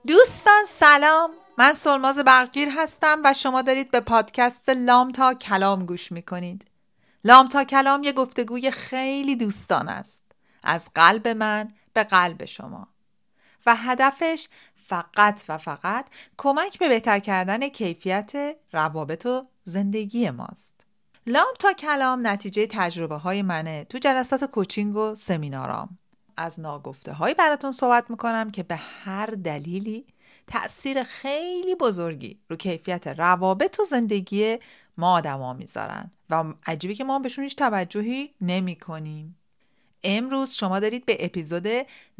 دوستان سلام، من سلماز برقگیر هستم و شما دارید به پادکست لام تا کلام گوش میکنید. لام تا کلام یه گفتگوی خیلی دوستانه است، از قلب من به قلب شما، و هدفش فقط و فقط کمک به بهتر کردن کیفیت روابط و زندگی ماست. لام تا کلام نتیجه تجربه های منه تو جلسات کوچینگ و سمینارام. از ناگفته هایی براتون صحبت میکنم که به هر دلیلی تأثیر خیلی بزرگی رو کیفیت روابط و زندگی ما آدما میذارن و عجیبه که ما بهشون هیچ توجهی نمی کنیم. امروز شما دارید به اپیزود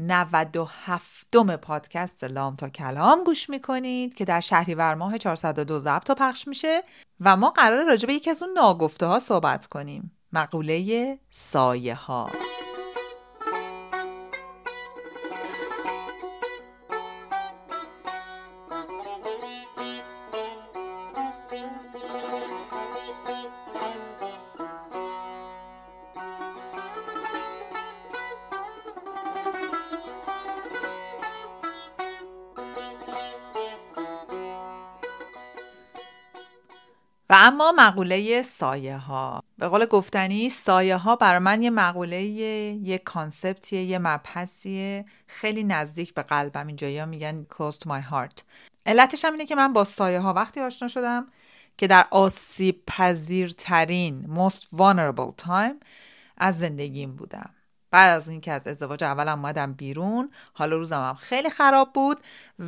97 پادکست لام تا کلام گوش میکنید که در شهریور ماه 402 ضبط و پخش میشه و ما قراره راجع به یکی از اون ناگفته ها صحبت کنیم، مقوله سایه ها. و اما مقوله سایه ها، به قول گفتنی سایه ها برای من یه مقوله، یه کانسپتیه، یه مبحثیه خیلی نزدیک به قلبم. اینجایی ها میگن close to my heart. علتش هم اینه که من با سایه ها وقتی آشنا شدم که در آسیب پذیرترین most vulnerable time از زندگیم بودم. بعد از اینکه از ازدواج اولم اومدم بیرون، حال روزم هم خیلی خراب بود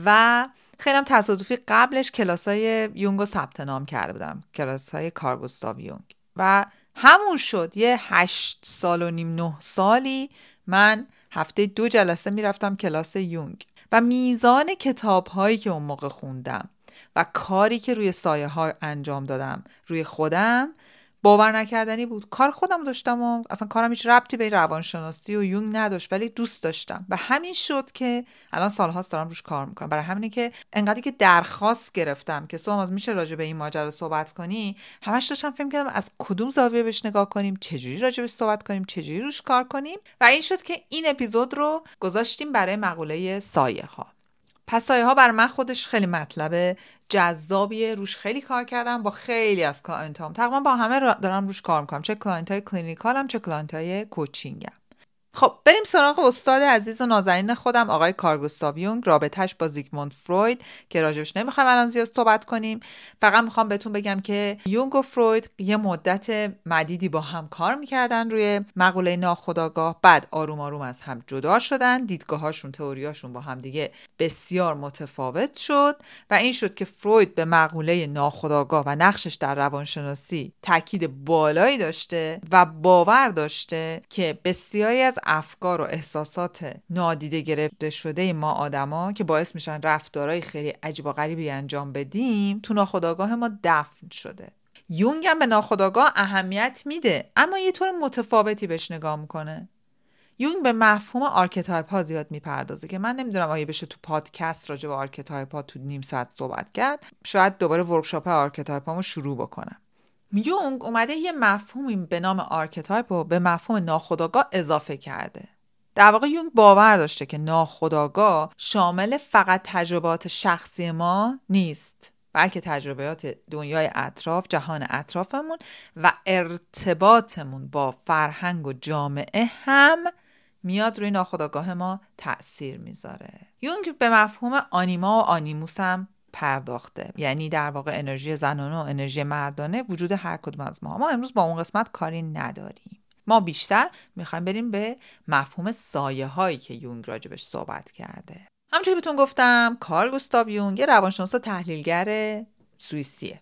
و خیلی هم تصادفی قبلش کلاسای یونگ رو ثبت نام کرده بودم، کلاسای کارل گوستاو یونگ، و همون شد یه 8 سال و نیم 9 سالی من هفته 2 جلسه میرفتم کلاس یونگ و میزان کتاب هایی که اون موقع خوندم و کاری که روی سایه ها انجام دادم روی خودم باور نکردنی بود. کار خودم داشتم و اصلا کارم هیچ ربطی به روانشناسی و یونگ نداشت، ولی دوست داشتم و همین شد که الان سالهاست دارم روش کار میکنم. برای همینه که انقدری که درخواست گرفتم که سلماز میشه راجع به این ماجرا صحبت کنی، همش داشتم فکر کردم از کدوم زاویه بهش نگاه کنیم، چجوری راجع بهش صحبت کنیم، چجوری روش کار کنیم، و این شد که این اپیزود رو گذاشتیم برای مقوله سایه ها. پس سایه ها برای من خودش خیلی مطلب جذابیه، روش خیلی کار کردم با خیلی از کلاینتام، تقریبا با همه دارم روش کار میکنم، چه کلاینت های کلینیکالم چه کلاینت های کوچینگم. خب بریم سراغ استاد عزیز و نازنین خودم، آقای کارل گوستاو یونگ، رابطه‌اش با زیگموند فروید که راجبش نمیخوایم الان زیاد صحبت کنیم. فقط میخوام بهتون بگم که یونگ و فروید یه مدت مدیدی با هم کار میکردن روی مقوله ناخودآگاه، بعد آروم آروم از هم جدا شدن، دیدگاهاشون، تئوریاشون با هم دیگه بسیار متفاوت شد و این شد که فروید به مقوله ناخودآگاه و نقشش در روانشناسی تاکید بالایی داشته و باور داشته که بسیاری از افکار و احساسات نادیده گرفته شده ما آدما که باعث میشن رفتارهای خیلی عجیب و غریبی انجام بدیم تو ناخودآگاه ما دفن شده. یونگ هم به ناخودآگاه اهمیت میده اما یه طور متفاوتی بهش نگاه میکنه. یونگ به مفهوم آرکتایپ ها زیاد میپردازه که من نمیدونم آیا بشه تو پادکست راجع به آرکتایپ ها تو نیم ساعت صحبت کرد. شاید دوباره ورکشاپ آرکتایپ هامو شروع بکنم. یونگ اومده یه مفهومی به نام آرکتایپ رو به مفهوم ناخودآگاه اضافه کرده. در واقع یونگ باور داشته که ناخودآگاه شامل فقط تجربات شخصی ما نیست، بلکه تجربیات دنیای اطراف، جهان اطرافمون و ارتباطمون با فرهنگ و جامعه هم میاد روی ناخودآگاه ما تأثیر میذاره. یونگ به مفهوم آنیما و آنیموس هم پرداخته، یعنی در واقع انرژی زنانه و انرژی مردانه وجود هر کدوم از ما. ما امروز با اون قسمت کاری نداریم، ما بیشتر میخوایم بریم به مفهوم سایه هایی که یونگ راجبش صحبت کرده. همونجوری بهتون گفتم کارل گوستاو یونگ روانشناس و تحلیلگر سوئیسیه.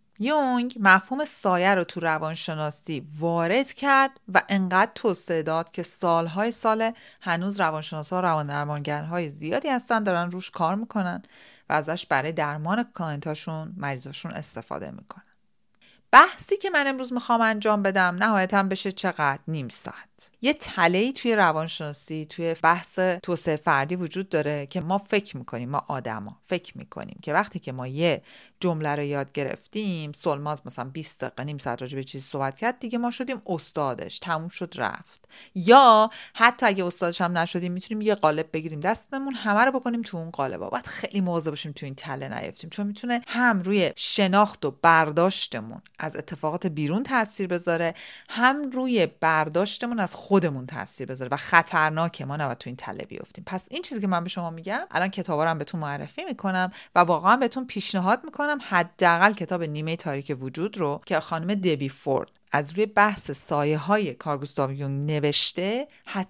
یونگ مفهوم سایه رو تو روانشناسی وارد کرد و انقدر توسعه داد که سالهای سال هنوز روانشناسا و روان‌درمانگرهای زیادی هستن دارن روش کار میکنن و ازش برای درمان کلاینتاشون، مریضاشون استفاده میکنن. بحثی که من امروز میخوام انجام بدم نهایتاً بشه چقدر؟ نیم ساعت. هست. یه تله‌ای توی روانشناسی، توی بحث توسعه فردی وجود داره که ما فکر میکنیم، ما آدما فکر میکنیم که وقتی که ما یه جمله رو یاد گرفتیم، سلماز مثلا 20 دقیقه نیم ساعت راجع به چیزی صحبت کرد، دیگه ما شدیم استادش، تموم شد رفت. یا حتی اگه استادش هم نشدیم، میتونیم یه قالب بگیریم دستمون، همه رو بکنیم تو اون قالب. باید خیلی مواظب باشیم تو این تله نیفتیم، چون میتونه هم روی شناخت و برداشتمون از اتفاقات بیرون تاثیر بذاره، هم روی برداشتمون از خودمون تاثیر بذاره و خطرناکه. ما نباید تو این تله بیفتیم. پس این چیزی که من به شما میگم، الان کتابا رو هم بهتون معرفی میکنم و واقعا بهتون پیشنهاد میکنم حداقل کتاب نیمه تاریک وجود رو که خانم دبی فورد از روی بحث سایه های کارل گوستاو یونگ نوشته،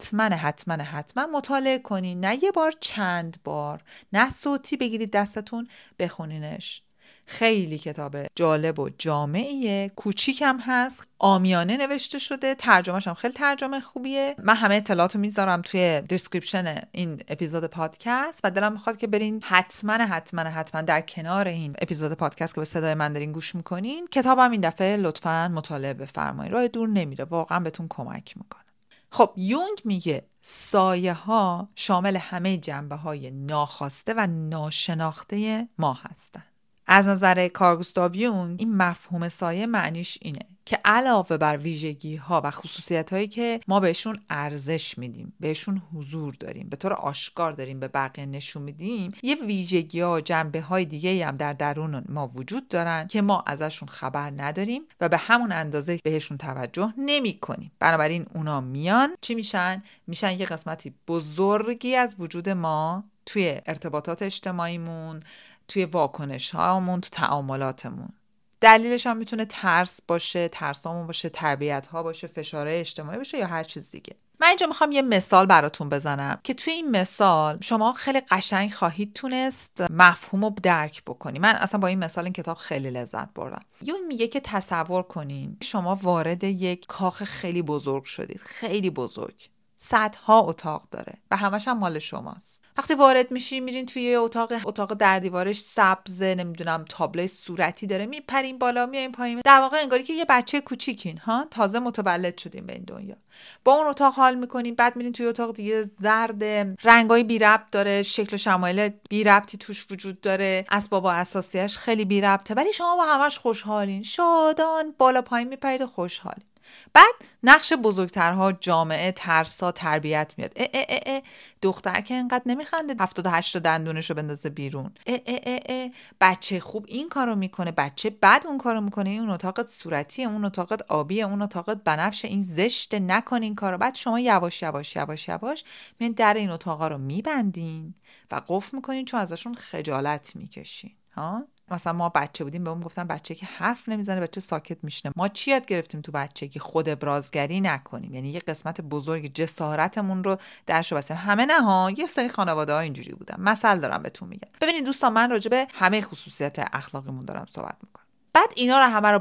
حتما مطالعه کنین. نه یه بار، چند بار، نه صوتی بگیرید دستتون بخونینش. خیلی کتاب جالب و جامعیه، کوچیک هم هست، عامیانه نوشته شده، ترجمهش هم خیلی ترجمه خوبیه. من همه اطلاعاتو میذارم توی دیسکریپشن این اپیزود پادکست و دلم میخواد که برین حتما در کنار این اپیزود پادکست که به صدای من دارین گوش میکنین، کتابم این دفعه لطفاً مطالعه بفرمایید. راه دور نمیره، واقعا بهتون کمک میکنه. خب یونگ میگه سایه ها شامل همه جنبه های ناخواسته و ناشناخته ما هستن. از نظر کارل گوستاو یونگ این مفهوم سایه معنیش اینه که علاوه بر ویژگی ها و خصوصیت هایی که ما بهشون ارزش میدیم، بهشون حضور داریم، به طور آشکار داریم به بقیه نشون میدیم، یه ویژگی ها و جنبه های دیگه هم در درون ما وجود دارن که ما ازشون خبر نداریم و به همون اندازه بهشون توجه نمی کنیم. بنابراین اونا میان چی میشن یه قسمتی بزرگی از وجود ما توی ارتباطات اجتماعیمون، توی واکنش هامون، تو تعاملاتمون. دلیلش هم میتونه ترس باشه، ترسامون باشه، تربیت ها باشه، فشارهای اجتماعی باشه یا هر چیز دیگه. من اینجا میخوام یه مثال براتون بزنم که توی این مثال شما خیلی قشنگ خواهید تونست مفهوم رو درک بکنی. من اصلا با این مثال این کتاب خیلی لذت بردم. یون میگه که تصور کنین شما وارد یک کاخ خیلی بزرگ شدید، خیلی بزرگ، صدها اتاق داره و همش هم مال شماست. وقتی وارد میشین میرین توی اتاق در دیوارش سبزه، نمیدونم تابلوی صورتی داره، میپرین بالا میاین پایین، در واقع انگاری که یه بچه کوچیکین ها، تازه متولد شدین به این دنیا. با اون اتاق حال میکنین، بعد میرین توی اتاق دیگه زرد، رنگای بی ربط داره، شکل و شمایل بی ربطی توش وجود داره، اسباب اساسیش خیلی بی ربطه، ولی شما با همش خوشحالین، شادان، بالا پایین میپرید و خوشحالین. بعد نقش بزرگترها، جامعه، ترسا، تربیت میاد. دختر که انقدر نمیخنده 78 دندونشو بندازه بیرون. بچه خوب این کارو میکنه، بچه بد اون کارو میکنه، این اتاقت صورتیه، اون اتاقت آبیه، اون اتاقت بنفشه، این زشته، نکن این کارو. بعد شما یواش میان در این اتاقا رو میبندین و قفل میکنین، چون ازشون خجالت میکشین. ها، مثلا ما بچه بودیم بهمون گفتن بچه که حرف نمیزنه بچه ساکت میشنه. ما چی یاد گرفتیم تو بچه که خود ابرازگری نکنیم، یعنی یه قسمت بزرگ جسارتمون رو درشو بستیم. همه نه ها، یه سری خانواده ها اینجوری بودن. مثل دارم بهتون میگم. ببینید دوستان، من راجع به همه خصوصیات اخلاقیمون دارم صحبت میکنم. بعد اینا رو همه رو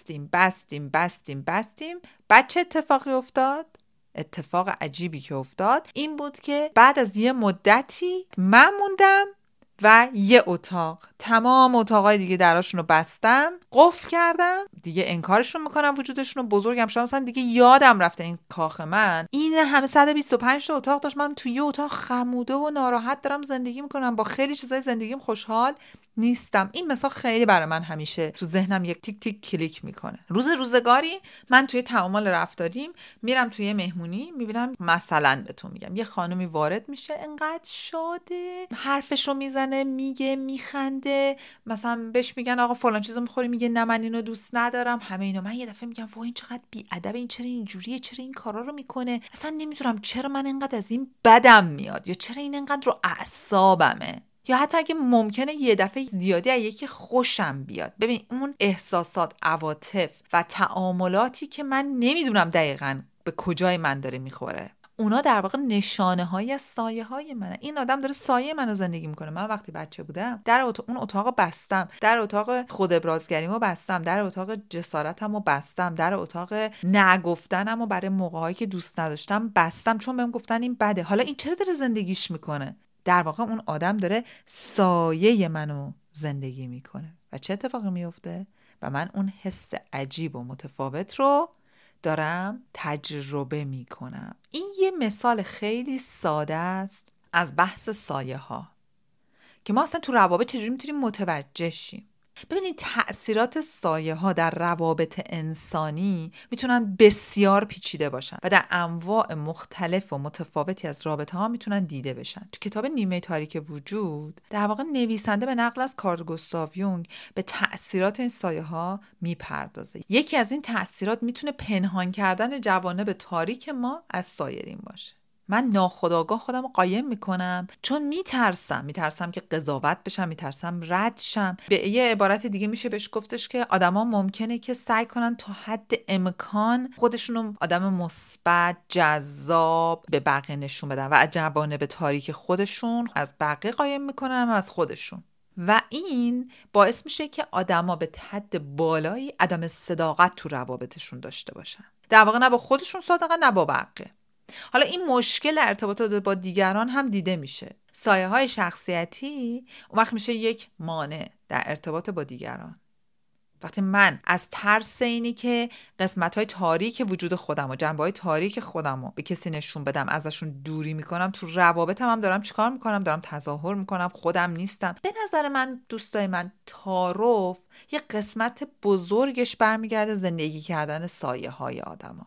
بستیم. بعد چه اتفاقی افتاد؟ اتفاق عجیبی که افتاد این بود که بعد از یه مدتی من موندم و یه اتاق، تمام اتاقای دیگه دراشون رو بستم، قفل کردم، دیگه انکارشون میکنم وجودشون رو. بزرگم شدم، مثلا دیگه یادم رفته این کاخ من این همه 125 تا اتاق داشت، من توی یه اتاق خموده و ناراحت دارم زندگی میکنم، با خیلی چیزای زندگیم خوشحال نیستم. این مثال خیلی برای من همیشه تو ذهنم یک تیک تیک کلیک میکنه. روزگاری من توی تعامل رفتاریم میرم توی مهمونی، میبینم مثلا بهتون میگم یه خانومی وارد میشه، انقدر شاده، حرفشو میزنه، میگه، میخنده، مثلا بهش میگن آقا فلان چیزو میخوری، میگه نه من اینو دوست ندارم، همه اینا. من یه دفعه میگم وای این چقدر بی‌ادبه، این چرا اینجوریه، چرا این کارا رو میکنه، اصلا نمیدونم چرا من اینقدر از این بدم میاد، یا چرا این اینقدر رو اعصابمه، یا حتی اگه ممکنه یه دفعه زیادی از یکی خوشم بیاد. ببین اون احساسات، عواطف و تعاملاتی که من نمیدونم دقیقاً به کجای من داره میخوره، اونا در واقع نشانه های از سایه های منه. این آدم داره سایه منو زندگی میکنه. من وقتی بچه بودم در اون اتاق بستم، در اتاق خود ابرازگریمو بستم، در اتاق جسارتمو بستم، در اتاق نگفتنمو برای موقعایی که دوست نداشتم بستم، چون بهم گفتن این بده. حالا این چرا داره زندگیش میکنه؟ در واقع اون آدم داره سایه منو زندگی میکنه. و چه اتفاقی میفته؟ و من اون حس عجیب و متفاوت رو دارم تجربه میکنم. این یه مثال خیلی ساده است از بحث سایه ها که ما اصلا تو روابط چجوری میتونیم متوجه شیم. ببینید تأثیرات سایه ها در روابط انسانی میتونن بسیار پیچیده باشن و در انواع مختلف و متفاوتی از رابطه ها میتونن دیده بشن. تو کتاب نیمه تاریک وجود در واقع نویسنده به نقل از کارل گوستاو یونگ به تأثیرات این سایه ها میپردازه. یکی از این تأثیرات میتونه پنهان کردن جوانب تاریک ما از سایرین باشه. من ناخودآگاه خودم رو قایم میکنم چون میترسم که قضاوت بشم، میترسم رد شم. به یه عبارت دیگه میشه بهش گفتش که آدما ممکنه که سعی کنن تا حد امکان خودشونو آدم مثبت، جذاب به بقیه نشون بدن و از جوانب تاریک خودشون از بقیه قایم میکنن و از خودشون. و این باعث میشه که آدما به حد بالایی عدم صداقت تو روابطشون داشته باشن. در واقع نه با خودشون صادقن نه با بقیه. حالا این مشکل ارتباط با دیگران هم دیده میشه. سایه های شخصیتی اون وقت میشه یک مانع در ارتباط با دیگران. وقتی من از ترس اینی که قسمت های تاریک وجود خودم و جنبه های تاریک خودم رو به کسی نشون بدم ازشون دوری میکنم، تو روابطم هم دارم چیکار میکنم؟ دارم تظاهر میکنم خودم نیستم. به نظر من دوستای من تعارف یه قسمت بزرگش برمیگرده زندگی کردن سایه های آدما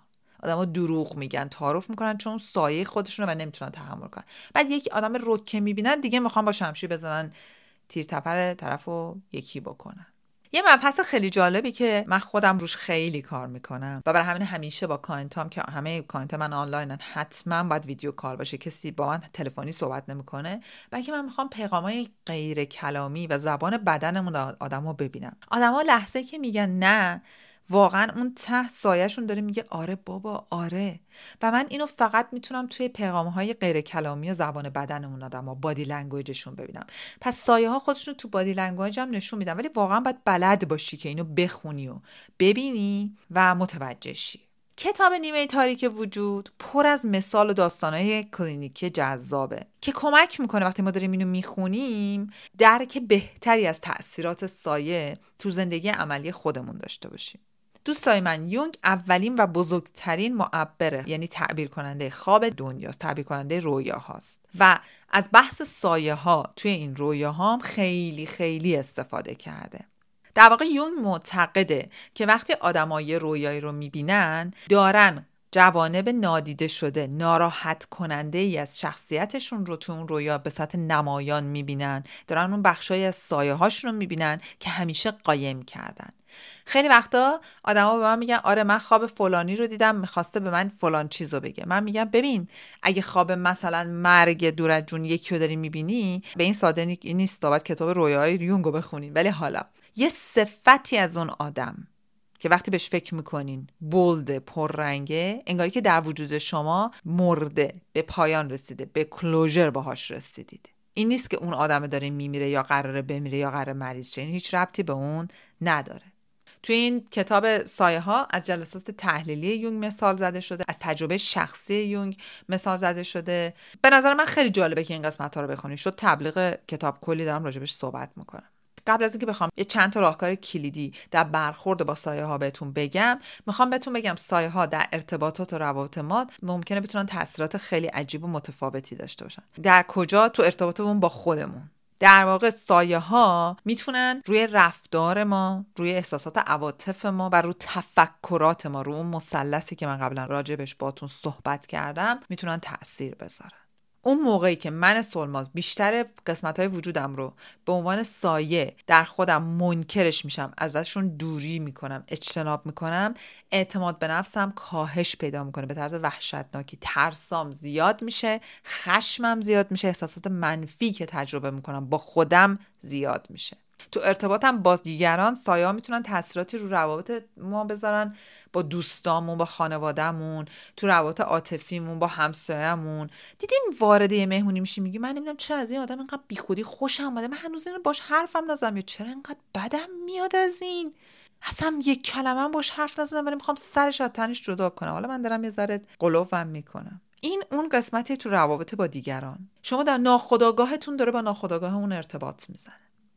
دروغ میگن، تعارف میکنن چون سایه خودشون رو نمیتونن تحمل کنن. بعد یک آدم رکه میبینن دیگه میخوان با شمشیر بزنن تیر تپر طرفو یکی بکنن. یه مبحث خیلی جالبی که من خودم روش خیلی کار میکنم و برای همین همیشه با کلاینتام که همه کلاینت من آنلاینن حتما باید ویدیو کال باشه، کسی با من تلفنی صحبت نمیکنه، بلکه من میخوام پیغامای غیر کلامی و زبان بدنمون آدمو ببینم. آدما لحظه که میگن نه، واقعا اون ته سایه‌شون داره میگه آره بابا آره. و من اینو فقط میتونم توی پیغام‌های غیر کلامی و زبان بدن اون آدم‌ها، بادی لنگویجشون ببینم. پس سایه‌ها خودشون تو بادی لنگویج هم نشون میدن، ولی واقعا باید بلد باشی که اینو بخونی و ببینی و متوجه شی. کتاب نیمه تاریک وجود پر از مثال و داستان‌های کلینیکی جذابه که کمک میکنه وقتی ما داریم اینو میخونیم درک بهتری از تأثیرات سایه تو زندگی عملی خودمون داشته باشیم. دوستای من، یونگ اولین و بزرگترین معبره، یعنی تعبیر کننده خواب دنیاست، تعبیر کننده رویاهاست و از بحث سایه ها توی این رویاها هم خیلی خیلی استفاده کرده. در واقع یونگ معتقده که وقتی آدمای رویایی رو میبینن دارن جوانب نادیده شده، ناراحت کننده ای از شخصیتشون رو تو اون رویا به صورت نمایان میبینن، دارن اون بخشای از سایه هاشون رو میبینن که همیشه قایم کردن. خیلی وقتا آدما به من میگن آره من خواب فلانی رو دیدم میخواسته به من فلان چیزو بگه. من میگم ببین اگه خواب مثلا مرگ دور از جون یکی رو داری میبینی، به این ساده نیست، باید کتاب رویاهای یونگو بخونین. ولی حالا یه صفتی از اون آدم که وقتی بهش فکر میکنین بولد، پررنگه، انگاری که در وجود شما مرده، به پایان رسیده، به کلوزر باهاش رسیدید. این نیست که اون آدم داره میمیره یا قراره بمیره یا قراره مریض شه، این هیچ ربطی به اون نداره. توی این کتاب سایه ها از جلسات تحلیلی یونگ مثال زده شده، از تجربه شخصی یونگ مثال زده شده. به نظر من خیلی جالبه که این قسمت ها رو بخونید. شد تبلیغ کتاب کلی دارم راجبش صحبت میکنم. قبل از اینکه بخوام یه چند تا راهکار کلیدی در برخورد با سایه ها بهتون بگم، میخوام بهتون بگم سایه ها در ارتباطات و روابط ما ممکنه بتونن تاثیرات خیلی عجیب و متفاوتی داشته باشن. در کجا؟ تو ارتباطمون با خودمون. در واقع سایه ها میتونن روی رفتار ما، روی احساسات عواطف ما و روی تفکرات ما، روی اون مثلثی که من قبلا راجبش باتون صحبت کردم میتونن تأثیر بذارن. اون موقعی که من سلماز بیشتر قسمت‌های وجودم رو به عنوان سایه در خودم منکرش میشم، ازشون دوری میکنم، اجتناب میکنم، اعتماد به نفسم کاهش پیدا میکنه به طرز وحشتناکی، ترسام زیاد میشه، خشمم زیاد میشه، احساسات منفی که تجربه میکنم با خودم زیاد میشه. تو ارتباطم با دیگران سایه ها میتونن تاثیراتی رو روابط ما بذارن، با دوستامون، با خانوادهمون، تو روابط عاطفیمون، با همسایه‌مون. دیدیم وارد یه مهمونی میشی میگی من نمیدونم چرا از این آدم اینقدر بیخودی خوشم اومده، من هنوز اینو باش حرفم نزدم، یا چرا اینقدر بدم میاد از این، اصلا یک کلمه باش حرف نزدم ولی میخوام سرش از تنش جدا کنم، حالا من دارم یه ذره قلوفم میکنم. این اون قسمتی تو روابط با دیگران، شما در ناخودآگاهتون داره با ناخودآگاه اون ارتباط میزنه.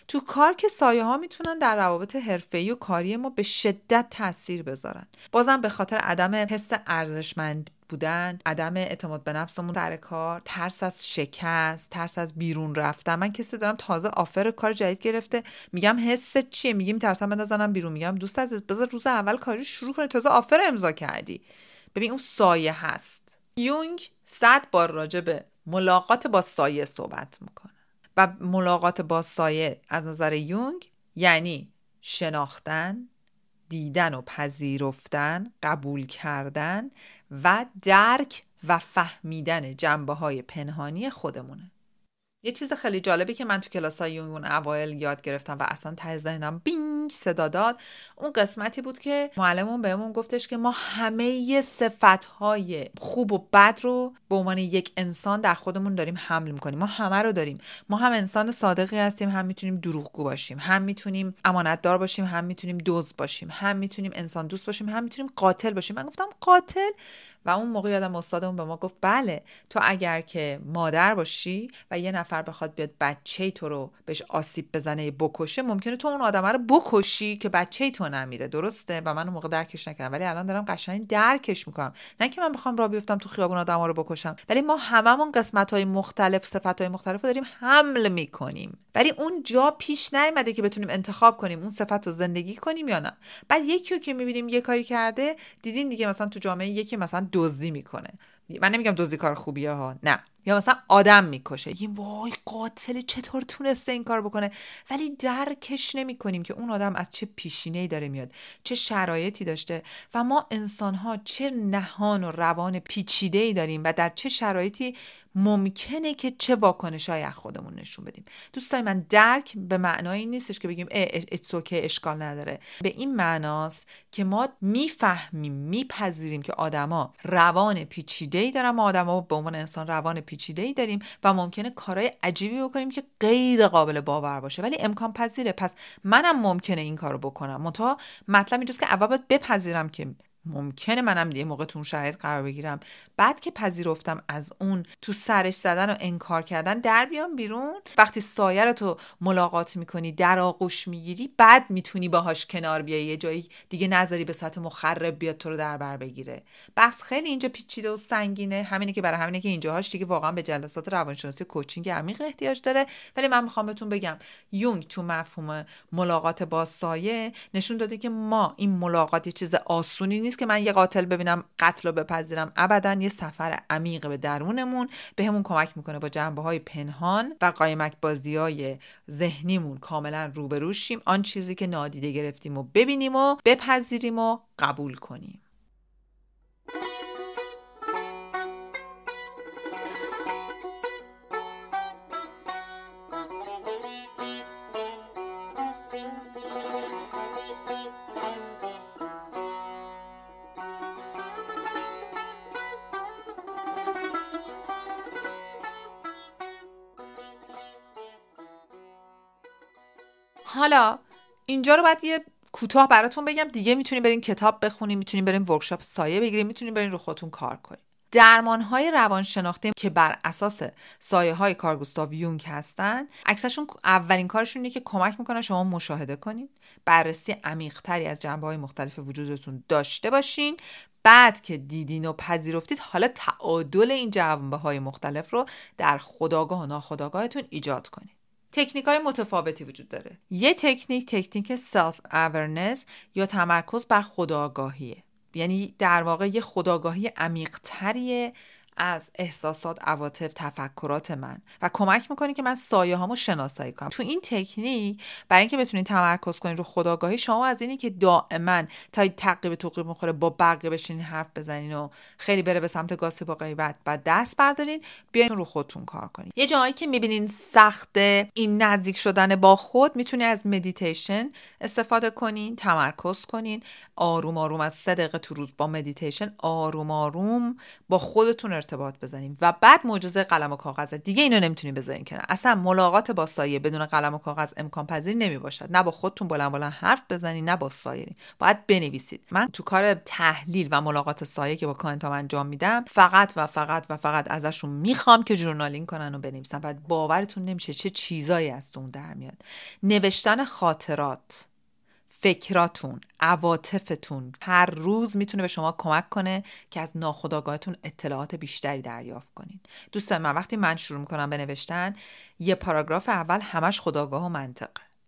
تو کار که سایه ها میتونن در روابط حرفه‌ای و کاری ما به شدت تاثیر بذارن. بازم به خاطر عدم حس ارزشمند بودن، عدم اعتماد به نفسمون در کار، ترس از شکست، ترس از بیرون رفتن. من کسی دارم تازه آفر کار جدید گرفته، میگم حس چیه؟ میگیم ترسم بندازنم بیرون. میگم دوست عزیز بذار روز اول کاری شروع کنی، تازه آفر امضا کردی. ببین اون سایه هست. یونگ 100 بار راجع به ملاقات با سایه صحبت میکنه و ملاقات با سایه از نظر یونگ یعنی شناختن، دیدن و پذیرفتن، قبول کردن و درک و فهمیدن جنبه‌های پنهانی خودمونه. یه چیز خیلی جالبی که من تو کلاسای یونگ اون اوایل یاد گرفتم و اصلا ته ذهنم بینگ صدا داد، اون قسمتی بود که معلممون بهمون گفتش که ما همه صفت‌های خوب و بد رو به عنوان یک انسان در خودمون داریم حمل می‌کنیم. ما همه رو داریم. ما هم انسان صادقی هستیم، هم میتونیم دروغگو باشیم، هم میتونیم امانتدار باشیم، هم میتونیم دزد باشیم، هم میتونیم انسان دوست باشیم، هم میتونیم قاتل باشیم. من گفتم قاتل؟ و اون موقع یادم استادمون به ما گفت بله، تو اگر که مادر باشی و یه نفر بخواد بیاد بچه تو رو بهش آسیب بزنه بکشه، ممکنه تو اون آدمه رو بکشی که بچه تو نمیره. درسته؟ و من اون موقع درکش نکردم، ولی الان دارم قشنگ درکش میکنم. نه که من بخوام راه بیفتم تو خیابون آدما رو بکشم، ولی ما هممون قسمت‌های مختلف، صفت‌های مختلف رو داریم حمل میکنیم، ولی اون جا پیش نیومده که بتونیم انتخاب کنیم اون صفت رو زندگی کنیم یا نه. بعد یکی رو که میبینیم یه کاری کرده، دیدین دیگه مثلا تو جامعه یکی مثلا دزدی میکنه، من نمیگم دزدی کار خوبیه ها، نه، یا مثلا آدم میکشه، یه وای قاتل چطور تونسته این کار بکنه، ولی درکش نمیکنیم که اون آدم از چه پیشینه‌ای داره میاد، چه شرایطی داشته و ما انسان‌ها چه نهان و روان پیچیده‌ای داریم و در چه شرایطی ممکنه که چه واکنشایی از خودمون نشون بدیم. دوستای من، درک به معنای نیستش که بگیم ایتس اوکی، اشکال نداره. به این معناست که ما میفهمیم، میپذیریم که آدما روان پیچیده‌ای دارن، ما آدما به عنوان انسان روان پیچیده‌ای داریم و ممکنه کارهای عجیبی بکنیم که غیر قابل باور باشه، ولی امکان پذیره. پس منم ممکنه این کارو بکنم. منتها مطلب اینجاست که اول باید بپذیرم که ممکنه منم یه موقع تو اون شرایط قرار بگیرم. بعد که پذیرفتم از اون تو سرش زدن و انکار کردن در بیام بیرون. وقتی سایه رو تو ملاقات میکنی، در آغوش میگیری، بعد میتونی باهاش کنار بیای، یه جایی دیگه نذاری به سطح مخرب بیاد تو رو در بر بگیره. بس خیلی اینجا پیچیده و سنگینه. همینه که برای همینه که اینجاهاش دیگه واقعا به جلسات روانشناسی کوچینگ عمیق احتیاج داره. ولی من میخوام بهتون بگم یونگ تو مفهوم ملاقات با سایه نشون داده که ما این ملاقات یه چیز آسونی نیست که من یه قاتل ببینم قتل رو بپذیرم. ابداً یه سفر عمیق به درونمون بهمون کمک میکنه با جنبه‌های پنهان و قایمک بازی‌های ذهنیمون کاملا روبرو شیم، آن چیزی که نادیده گرفتیم و ببینیم و بپذیریم و قبول کنیم. حالا اینجا رو باید یه کوتاه براتون بگم، دیگه میتونین برین کتاب بخونین، میتونین برین ورکشاپ سایه بگیرین، میتونین برین رو خودتون کار کنین. درمان‌های روانشناختی که بر اساس سایه‌های کار گوستاو یونگ هستن، اکثرشون اولین کارشون اینه که کمک میکنن شما مشاهده کنین، بررسی عمیق‌تری از جنبه‌های مختلف وجودتون داشته باشین. بعد که دیدین و پذیرفتید، حالا تعادل این جنبه‌های مختلف رو در خودآگاه و ناخودآگاهتون ایجاد کنین. تکنیک‌های متفاوتی وجود داره. یه تکنیک سلف اورننس یا تمرکز بر خودآگاهیه. یعنی در واقع یه خودآگاهی عمیق‌تریه از احساسات، عواطف، تفکرات من و کمک میکنه که من سایه هامو شناسایی کنم. تو این تکنیک برای اینکه بتونین تمرکز کنین رو خودآگاهی، شما از اینی که دائما تا تعقیب توقیب میخوره با بقیه بشینین حرف بزنین و خیلی بره به سمت گاسیپ و غیبت بعد دست بردارین، بیاین رو خودتون کار کنین. یه جایی که میبینین سخته این نزدیک شدن با خود، میتونین از مدیتیشن استفاده کنین، تمرکز کنین، آروم آروم از 3 دقیقه تو روز با مدیتیشن آروم آروم با خودتون ارتباط بزنیم و بعد معجزه قلم و کاغذ. دیگه اینو نمیتونیم بذارین کنار. اصلا ملاقات با سایه بدون قلم و کاغذ امکان پذیر نمیباشد. نه با خودتون بلند بلند حرف بزنید، نه با سایه. باید بنویسید. من تو کار تحلیل و ملاقات سایه که با کلاینتام انجام میدم، فقط ازشون میخوام که ژورنالینگ کنن و بنویسن. بعد باورتون نمیشه چه چیزایی از اون در میاد. نوشتن خاطرات، فکراتون، عواطفتون هر روز میتونه به شما کمک کنه که از ناخودآگاهتون اطلاعات بیشتری دریافت کنین. دوستان من وقتی من شروع میکنم به نوشتن، یه پاراگراف اول همش خودآگاه و منطقه.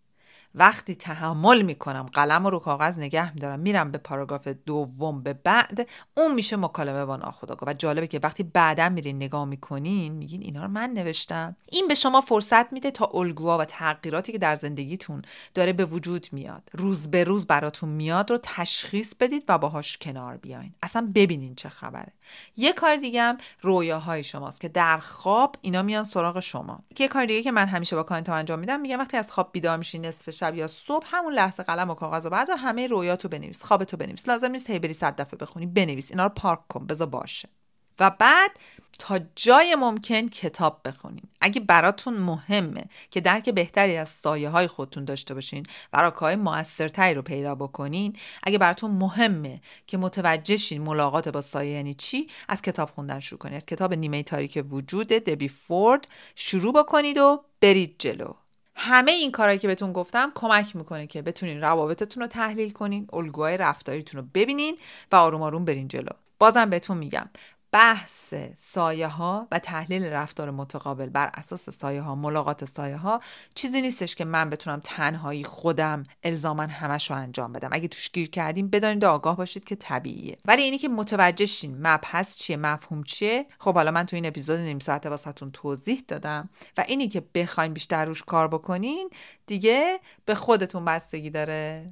وقتی تحمل میکنم قلم رو کاغذ نگه میدارم میرم به پاراگراف دوم به بعد، اون میشه مکالمه با ناخودآگاه. و جالبه که وقتی بعداً میرین نگاه میکنین میگین اینا رو من نوشتم. این به شما فرصت میده تا الگوها و تغییراتی که در زندگیتون داره به وجود میاد، روز به روز براتون میاد، رو تشخیص بدید و باهاش کنار بیاین. اصلا ببینین چه خبره. یه کار دیگه هم رویاهای شماست که در خواب اینا میان سراغ شما. یه کار دیگه که من همیشه با کلاینتام انجام میدم، میگم وقتی از خواب بیدار میشین نصف شب یا صبح، همون لحظه قلم و کاغذ رو بردار، همه رویاتو بنویس، خوابتو بنویس. لازم نیست هی بری 100 دفعه بخونی، بنویس. اینا رو پارک کن، بذار باشه. و بعد تا جای ممکن کتاب بخونین. اگه براتون مهمه که درک بهتری از سایه‌های خودتون داشته باشین و راهکارهای موثرتری رو پیدا بکنین، اگه براتون مهمه که متوجه شین ملاقات با سایه یعنی چی، از کتاب خوندن شروع کنید. از کتاب نیمه تاریک وجود دبی فورد شروع بکنید و برید جلو. همه این کارهایی که بهتون گفتم کمک میکنه که بتونین روابطتون رو تحلیل کنین، الگوهای رفتاریتون رو ببینین و آروم آروم برین جلو. بازم بهتون میگم بحث سایه ها و تحلیل رفتار متقابل بر اساس سایه ها، ملاقات سایه ها، چیزی نیستش که من بتونم تنهایی خودم الزاما همش رو انجام بدم. اگه توش گیر کردین بدانید و آگاه باشید که طبیعیه. ولی اینی که متوجه شین مبحث چیه، مفهوم چیه، خب حالا من تو این اپیزود نیم ساعته واسهتون توضیح دادم و اینی که بخواین بیشتر روش کار بکنین دیگه به خودتون بستگی داره.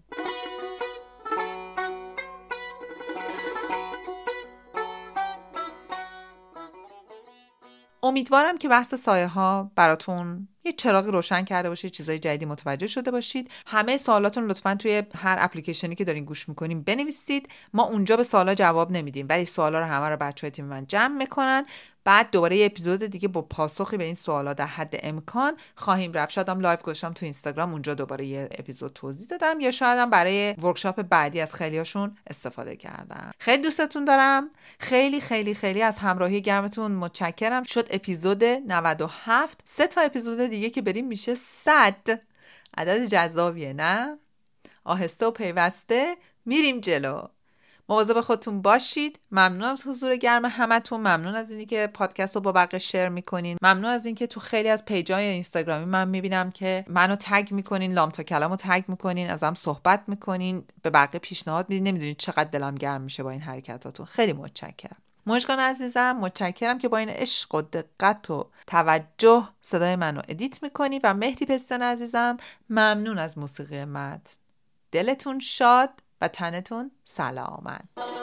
امیدوارم که بحث سایه ها براتون یه چراغی روشن کرده باشه، چیزای جدیدی متوجه شده باشید. همه سوالاتون لطفاً توی هر اپلیکیشنی که دارین گوش میکنین بنویسید. ما اونجا به سوالا جواب نمیدیم، ولی سوالا رو همه رو بچهای تیم من جمع میکنن. بعد دوباره یه اپیزود دیگه با پاسخی به این سوالا در حد امکان خواهیم رفت. شاید هم لایو گذاشتم تو اینستاگرام، اونجا دوباره یه اپیزود توضیح دادم، یا شاید هم برای ورکشاپ بعدی از خیلیاشون استفاده کردم. خیلی دوستتون دارم. خیلی خیلی خیلی از همراهی گرمتون متشکرم. شد اپیزود 97. 3 تا اپیزود دیگه که بریم میشه 100. عدد جذابیه نه؟ آهسته و پیوسته میریم جلو. مواظب خودتون باشید. ممنون از حضور گرم همتون. ممنون از اینی که پادکست رو با بقیه شیر میکنین. ممنون از اینکه تو خیلی از پیجای اینستاگرامی من میبینم که منو تگ میکنین، لام تا کلامو تگ میکنین، ازم صحبت میکنین، به بقیه پیشنهاد میدین. نمیدونید چقدر دلم گرم میشه با این حرکتاتون. خیلی متشکرم. مژگان عزیزم متشکرم که با این عشق و دقت و توجه صدای منو ادیت میکنی. و مهدی پستان عزیزم ممنون از موسیقی متن. دلتون شاد و تنتون سلامت.